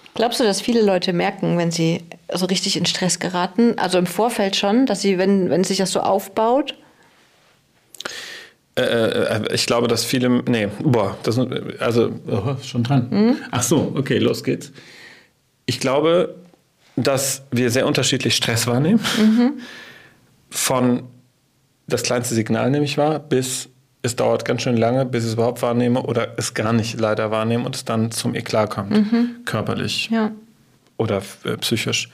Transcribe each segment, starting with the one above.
Glaubst du, dass viele Leute merken, wenn sie so richtig in Stress geraten, also im Vorfeld schon, dass sie, wenn sich das so aufbaut? Ich glaube, dass viele, schon dran. Ach so, okay, los geht's. Ich glaube, dass wir sehr unterschiedlich Stress wahrnehmen. Von das kleinste Signal nehme ich wahr, bis es dauert ganz schön lange, bis ich es überhaupt wahrnehme oder es gar nicht leider wahrnehme und es dann zum Eklat kommt, körperlich oder psychisch.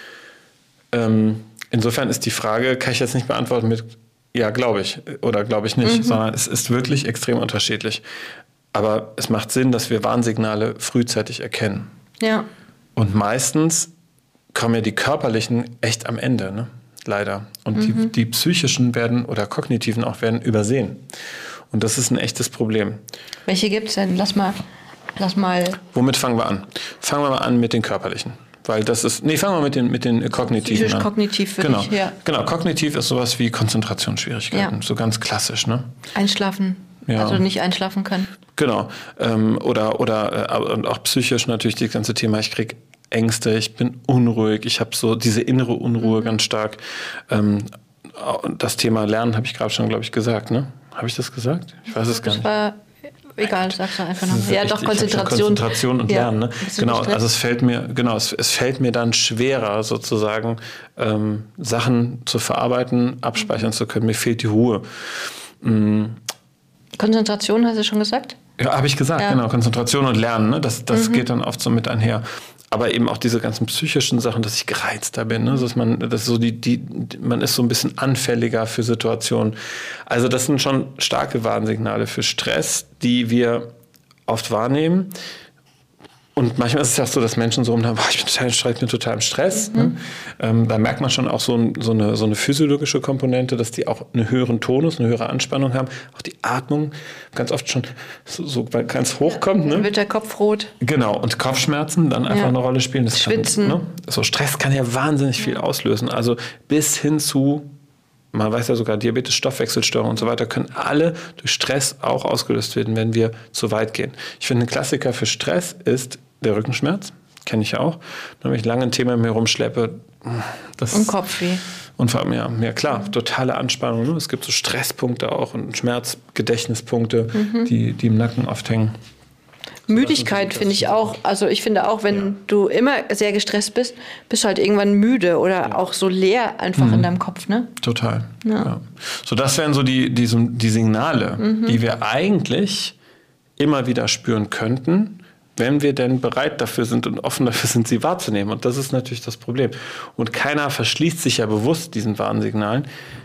Insofern ist die Frage, kann ich jetzt nicht beantworten mit ja, glaube ich oder glaube ich nicht, sondern es ist wirklich extrem unterschiedlich. Aber es macht Sinn, dass wir Warnsignale frühzeitig erkennen. Ja. Und meistens kommen ja die körperlichen echt am Ende, ne? Leider. Und die psychischen werden oder kognitiven auch werden übersehen. Und das ist ein echtes Problem. Welche gibt es denn? Lass mal. Womit fangen wir an? Fangen wir mal an mit den körperlichen. Weil das ist, fangen wir mit den kognitiven Psychisch an. Kognitiv für dich, ja. Genau, kognitiv ist sowas wie Konzentrationsschwierigkeiten, so ganz klassisch, ne? Einschlafen, also nicht einschlafen können. Genau, oder und auch psychisch natürlich das ganze Thema, ich kriege Ängste, ich bin unruhig, ich habe so diese innere Unruhe ganz stark. Das Thema Lernen habe ich gerade schon, glaube ich, gesagt, ne? Habe ich das gesagt? Ich weiß es gar nicht. Egal, sag's doch einfach noch. Ja, doch, Konzentration und Lernen. Ne? Genau, also es fällt mir dann schwerer, sozusagen Sachen zu verarbeiten, abspeichern zu können. Mir fehlt die Ruhe. Konzentration, hast du schon gesagt? Ja, habe ich gesagt, genau. Konzentration und Lernen, ne? Das geht dann oft so mit einher. Aber eben auch diese ganzen psychischen Sachen, dass ich gereizter bin, ne? Man ist so ein bisschen anfälliger für Situationen. Also das sind schon starke Warnsignale für Stress, die wir oft wahrnehmen. Und manchmal ist es ja auch so, dass Menschen so rumhaben, ich bin total im Stress. Ne? Da merkt man schon auch so eine physiologische Komponente, dass die auch einen höheren Tonus, eine höhere Anspannung haben. Auch die Atmung ganz oft schon so ganz hoch kommt. Ne? Dann wird der Kopf rot. Genau, und Kopfschmerzen dann einfach eine Rolle spielen. Das Schwitzen. So Stress kann ja wahnsinnig viel auslösen. Also bis hin zu, man weiß ja sogar, Diabetes, Stoffwechselstörungen und so weiter können alle durch Stress auch ausgelöst werden, wenn wir zu weit gehen. Ich finde, ein Klassiker für Stress ist der Rückenschmerz, kenne ich ja auch. Wenn ich lange ein Thema in mir rumschleppe. Und Kopfweh. Und vor allem, ja klar, totale Anspannung. Ne? Es gibt so Stresspunkte auch und Schmerzgedächtnispunkte, die im Nacken oft hängen. Müdigkeit finde ich auch. Also ich finde auch, wenn du immer sehr gestresst bist, bist du halt irgendwann müde oder auch so leer einfach in deinem Kopf, ne? Total. Ja. So, das wären so die Signale, die wir eigentlich immer wieder spüren könnten, wenn wir denn bereit dafür sind und offen dafür sind, sie wahrzunehmen. Und das ist natürlich das Problem. Und keiner verschließt sich ja bewusst diesen Warnsignalen.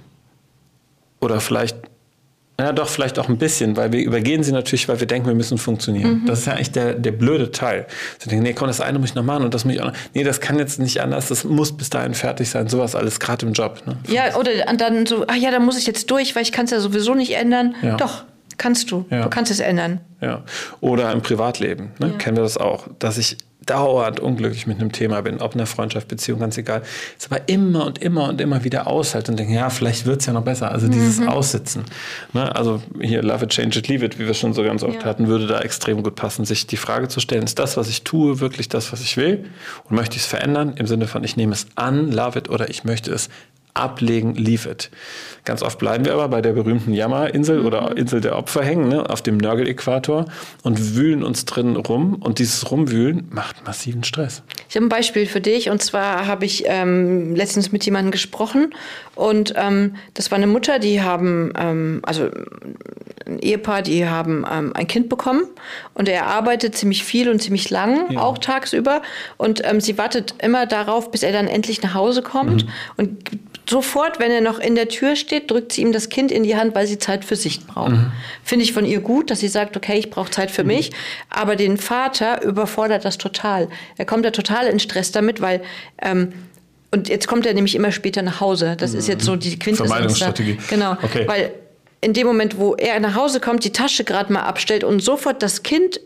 Oder vielleicht auch ein bisschen, weil wir übergehen sie natürlich, weil wir denken, wir müssen funktionieren. Das ist ja eigentlich der blöde Teil. Sie denken, komm, das eine muss ich noch machen und das muss ich auch noch. Nee, das kann jetzt nicht anders, das muss bis dahin fertig sein. Sowas alles, gerade im Job. Ne? Ja, oder dann so, da muss ich jetzt durch, weil ich kann es ja sowieso nicht ändern. Ja. Doch, kannst du. Ja. Du kannst es ändern. Ja. Oder im Privatleben, ne? Kennen wir das auch, dass ich dauernd unglücklich mit einem Thema bin, ob in einer Freundschaft, Beziehung, ganz egal. Es aber immer und immer wieder aushalte und denke, ja, vielleicht wird es ja noch besser. Also dieses Aussitzen. Ne? Also hier Love it, change it, leave it, wie wir schon so ganz oft hatten, würde da extrem gut passen, sich die Frage zu stellen, ist das, was ich tue, wirklich das, was ich will? Und möchte ich es verändern? Im Sinne von, ich nehme es an, love it, oder ich möchte es ablegen, leave it. Ganz oft bleiben wir aber bei der berühmten Jammerinsel oder Insel der Opfer hängen, ne, auf dem Nörgeläquator und wühlen uns drin rum. Und dieses Rumwühlen macht massiven Stress. Ich habe ein Beispiel für dich. Und zwar habe ich letztens mit jemandem gesprochen. Und das war eine Mutter, die haben, also ein Ehepaar, die haben ein Kind bekommen. Und er arbeitet ziemlich viel und ziemlich lang, auch tagsüber. Und sie wartet immer darauf, bis er dann endlich nach Hause kommt. Und sofort, wenn er noch in der Tür steht, drückt sie ihm das Kind in die Hand, weil sie Zeit für sich braucht. Finde ich von ihr gut, dass sie sagt, okay, ich brauche Zeit für mich. Aber den Vater überfordert das total. Er kommt da total in Stress damit, weil und jetzt kommt er nämlich immer später nach Hause. Das ist jetzt so die Quintessenz. Vermeidungsstrategie. Genau, okay. Weil in dem Moment, wo er nach Hause kommt, die Tasche gerade mal abstellt und sofort das Kind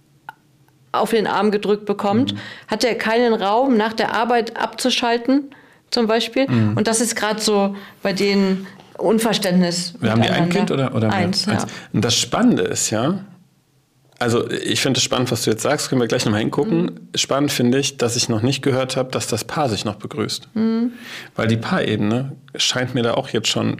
auf den Arm gedrückt bekommt, hat er keinen Raum, nach der Arbeit abzuschalten, zum Beispiel. Und das ist gerade so bei denen Unverständnis. Wir haben die ein Kind oder eins, ja. Und das Spannende ist ja, Also ich finde es spannend, was du jetzt sagst. Können wir gleich nochmal hingucken. Spannend finde ich, dass ich noch nicht gehört habe, dass das Paar sich noch begrüßt. Weil die Paarebene scheint mir da auch jetzt schon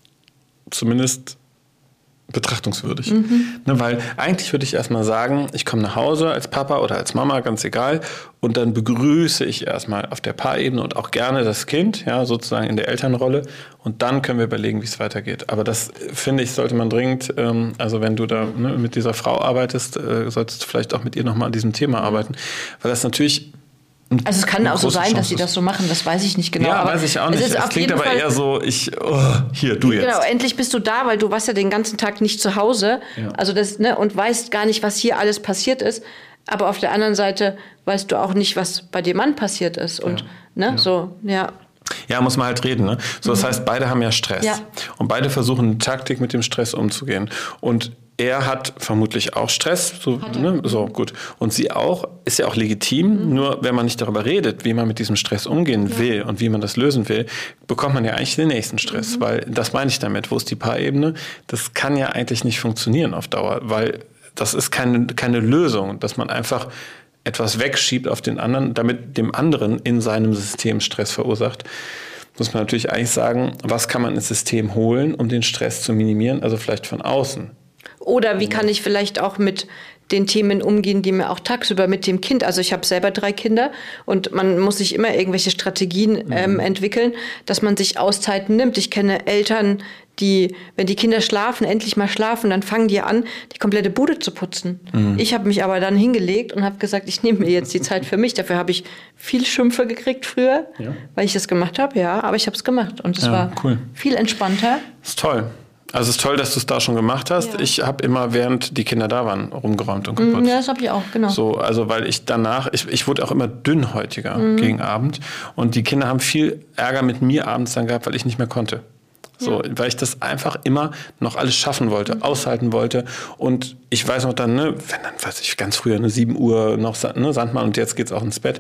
zumindest betrachtungswürdig. Ne, weil eigentlich würde ich erstmal sagen, ich komme nach Hause als Papa oder als Mama, ganz egal, und dann begrüße ich erstmal auf der Paarebene und auch gerne das Kind, ja, sozusagen in der Elternrolle, und dann können wir überlegen, wie es weitergeht. Aber das, finde ich, sollte man dringend, also wenn du da mit dieser Frau arbeitest, solltest du vielleicht auch mit ihr nochmal an diesem Thema arbeiten, weil das natürlich... Also es kann auch so sein, dass sie das so machen, das weiß ich nicht genau. Ja, aber weiß ich auch nicht. Es klingt aber eher so, hier, du jetzt. Genau, endlich bist du da, weil du warst ja den ganzen Tag nicht zu Hause. Ja. Also das, ne, und weißt gar nicht, was hier alles passiert ist. Aber auf der anderen Seite weißt du auch nicht, was bei dem Mann passiert ist. Und so, ja. Ja, muss man halt reden. Ne? So, das heißt, beide haben ja Stress. Ja. Und beide versuchen, eine Taktik mit dem Stress umzugehen. Und er hat vermutlich auch Stress, so gut. Und sie auch, ist ja auch legitim. Nur wenn man nicht darüber redet, wie man mit diesem Stress umgehen will und wie man das lösen will, bekommt man ja eigentlich den nächsten Stress. Weil, das meine ich damit, wo ist die Paarebene? Das kann ja eigentlich nicht funktionieren auf Dauer, weil das ist keine Lösung, dass man einfach etwas wegschiebt auf den anderen, damit dem anderen in seinem System Stress verursacht. Muss man natürlich eigentlich sagen, was kann man ins System holen, um den Stress zu minimieren, also vielleicht von außen. Oder wie kann ich vielleicht auch mit den Themen umgehen, die mir auch tagsüber mit dem Kind, also ich habe selber 3 Kinder und man muss sich immer irgendwelche Strategien entwickeln, dass man sich Auszeiten nimmt. Ich kenne Eltern, die, wenn die Kinder schlafen, endlich mal schlafen, dann fangen die an, die komplette Bude zu putzen. Ich habe mich aber dann hingelegt und habe gesagt, ich nehme mir jetzt die Zeit für mich. Dafür habe ich viel Schimpfe gekriegt früher, weil ich das gemacht habe, aber ich habe es gemacht und es war viel entspannter. Das ist toll. Also es ist toll, dass du es da schon gemacht hast. Ja. Ich habe immer, während die Kinder da waren, rumgeräumt und geputzt. Ja, das habe ich auch, genau. So, also weil ich danach, ich wurde auch immer dünnhäutiger gegen Abend. Und die Kinder haben viel Ärger mit mir abends dann gehabt, weil ich nicht mehr konnte. So, weil ich das einfach immer noch alles schaffen wollte, aushalten wollte. Und ich weiß noch dann, wenn dann, weiß ich, ganz früher, 7 Uhr noch Sandmann und jetzt geht's auch ins Bett.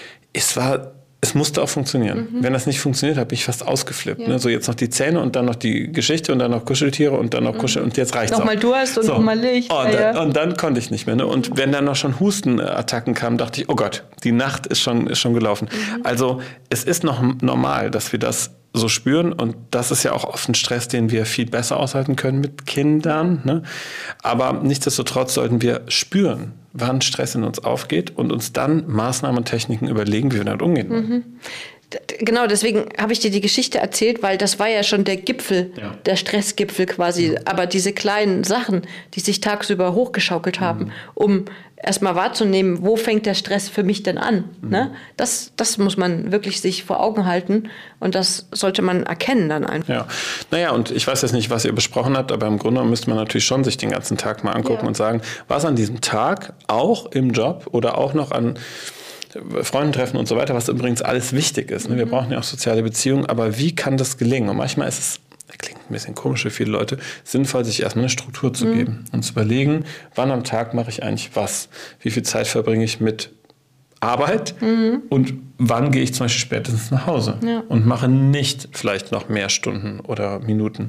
Es musste auch funktionieren. Wenn das nicht funktioniert hat, bin ich fast ausgeflippt. Ja. So jetzt noch die Zähne und dann noch die Geschichte und dann noch Kuscheltiere und dann noch Kuscheln und jetzt reicht's nochmal auch. Durst und nochmal Licht. Und dann konnte ich nicht mehr. Ne? Und wenn dann noch schon Hustenattacken kamen, dachte ich, oh Gott, die Nacht ist schon gelaufen. Also es ist noch normal, dass wir das so spüren und das ist ja auch oft ein Stress, den wir viel besser aushalten können mit Kindern. Ne? Aber nichtsdestotrotz sollten wir spüren, wann Stress in uns aufgeht und uns dann Maßnahmen und Techniken überlegen, wie wir damit umgehen. Genau, deswegen habe ich dir die Geschichte erzählt, weil das war ja schon der Gipfel, der Stressgipfel quasi. Aber diese kleinen Sachen, die sich tagsüber hochgeschaukelt haben, um erstmal wahrzunehmen, wo fängt der Stress für mich denn an? Ne? Das muss man wirklich sich vor Augen halten und das sollte man erkennen dann einfach. Ja, naja, und ich weiß jetzt nicht, was ihr besprochen habt, aber im Grunde müsste man natürlich schon sich den ganzen Tag mal angucken und sagen, was an diesem Tag auch im Job oder auch noch an Freundentreffen und so weiter, was übrigens alles wichtig ist. Ne? Wir brauchen ja auch soziale Beziehungen, aber wie kann das gelingen? Und manchmal ist es, klingt ein bisschen komisch für viele Leute, sinnvoll, sich erstmal eine Struktur zu geben und zu überlegen, wann am Tag mache ich eigentlich was? Wie viel Zeit verbringe ich mit Arbeit und wann gehe ich zum Beispiel spätestens nach Hause und mache nicht vielleicht noch mehr Stunden oder Minuten.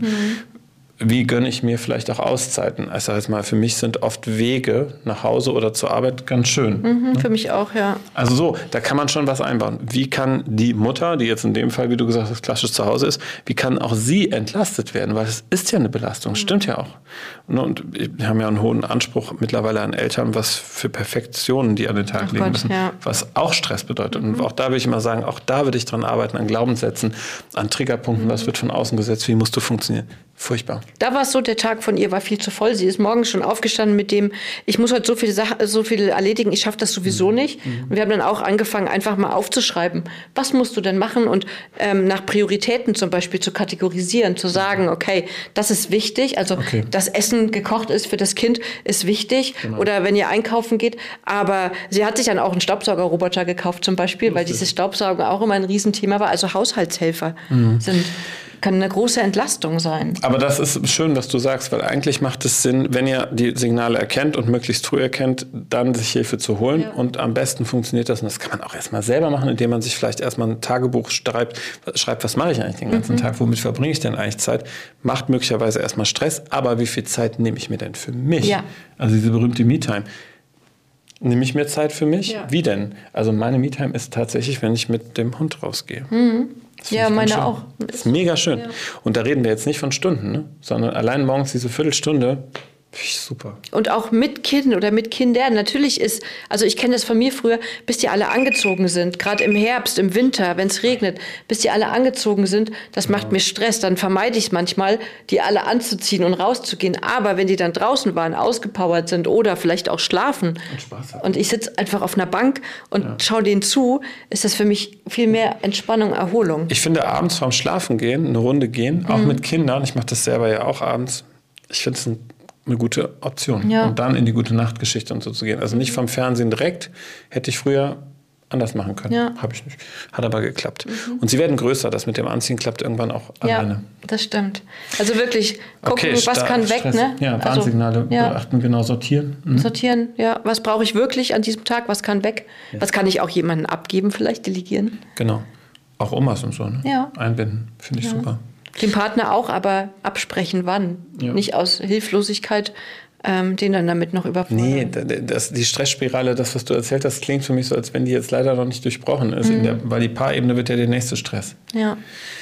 Wie gönne ich mir vielleicht auch Auszeiten? Also jetzt mal, für mich sind oft Wege nach Hause oder zur Arbeit ganz schön. Ne? Für mich auch, ja. Also so, da kann man schon was einbauen. Wie kann die Mutter, die jetzt in dem Fall, wie du gesagt hast, klassisch zu Hause ist, wie kann auch sie entlastet werden? Weil es ist ja eine Belastung, stimmt ja auch. Und wir haben ja einen hohen Anspruch mittlerweile an Eltern, was für Perfektionen die an den Tag legen müssen, was auch Stress bedeutet. Und auch da würde ich immer sagen, auch da würde ich dran arbeiten, an Glaubenssätzen, an Triggerpunkten, was wird von außen gesetzt, wie musst du funktionieren. Furchtbar. Da war es so, der Tag von ihr war viel zu voll. Sie ist morgens schon aufgestanden mit dem, ich muss heute so viel erledigen, ich schaffe das sowieso nicht. Und wir haben dann auch angefangen, einfach mal aufzuschreiben, was musst du denn machen und nach Prioritäten zum Beispiel zu kategorisieren, zu sagen, okay, das ist wichtig, also das Essen gekocht ist für das Kind, ist wichtig. Genau. Oder wenn ihr einkaufen geht. Aber sie hat sich dann auch einen Staubsaugerroboter gekauft zum Beispiel, weil dieses Staubsaugen auch immer ein Riesenthema war. Also Haushaltshelfer sind kann eine große Entlastung sein. Aber das ist schön, was du sagst, weil eigentlich macht es Sinn, wenn ihr die Signale erkennt und möglichst früh erkennt, dann sich Hilfe zu holen. Ja. Und am besten funktioniert das, und das kann man auch erstmal selber machen, indem man sich vielleicht erstmal ein Tagebuch schreibt, was mache ich eigentlich den ganzen Tag, womit verbringe ich denn eigentlich Zeit? Macht möglicherweise erstmal Stress, aber wie viel Zeit nehme ich mir denn für mich? Ja. Also diese berühmte Me-Time. Nehme ich mir Zeit für mich? Ja. Wie denn? Also meine Me-Time ist tatsächlich, wenn ich mit dem Hund rausgehe. Ja, meine auch. Das ist mega schön. Ja. Und da reden wir jetzt nicht von Stunden, ne? Sondern allein morgens diese Viertelstunde, super. Und auch mit Kind oder mit Kindern. Natürlich ist, also ich kenne das von mir früher, bis die alle angezogen sind, gerade im Herbst, im Winter, wenn es regnet, bis die alle angezogen sind, das macht mir Stress. Dann vermeide ich es manchmal, die alle anzuziehen und rauszugehen. Aber wenn die dann draußen waren, ausgepowert sind oder vielleicht auch schlafen und ich sitze einfach auf einer Bank und schaue denen zu, ist das für mich viel mehr Entspannung, Erholung. Ich finde abends vorm Schlafengehen, eine Runde gehen, auch mit Kindern, ich mache das selber ja auch abends, ich finde es eine gute Option. Ja. Und dann in die Gute-Nacht-Geschichte und so zu gehen. Also nicht vom Fernsehen direkt, hätte ich früher anders machen können. Ja. Habe ich nicht. Hat aber geklappt. Und sie werden größer, das mit dem Anziehen klappt irgendwann auch alleine. Ja, das stimmt. Also wirklich gucken, was kann weg, ne? Ja, Warnsignale beachten, genau, sortieren. Sortieren, ja. Was brauche ich wirklich an diesem Tag, was kann weg? Ja. Was kann ich auch jemandem abgeben, vielleicht delegieren? Genau. Auch Omas und so, ne? Ja. Einbinden, finde ich super. Dem Partner auch, aber absprechen, wann. Ja. Nicht aus Hilflosigkeit, den dann damit noch überfordern. Nee, die Stressspirale, das, was du erzählt hast, klingt für mich so, als wenn die jetzt leider noch nicht durchbrochen ist. Weil die Paarebene wird ja der nächste Stress. Ja.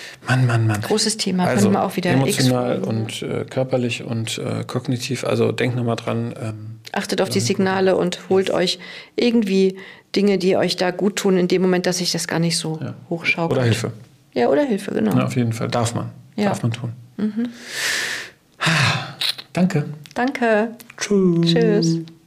Mann. Großes Thema, also, können wir auch wieder emotional und körperlich und kognitiv. Also denkt nochmal dran. Achtet auf die Signale und holt euch irgendwie Dinge, die euch da gut tun, in dem Moment, dass sich das gar nicht so hochschaukelt. Oder Hilfe. Ja, oder Hilfe, genau. Ja, auf jeden Fall. Darf man. Ja. Darf man tun. Danke. Danke. Tschüss. Tschüss.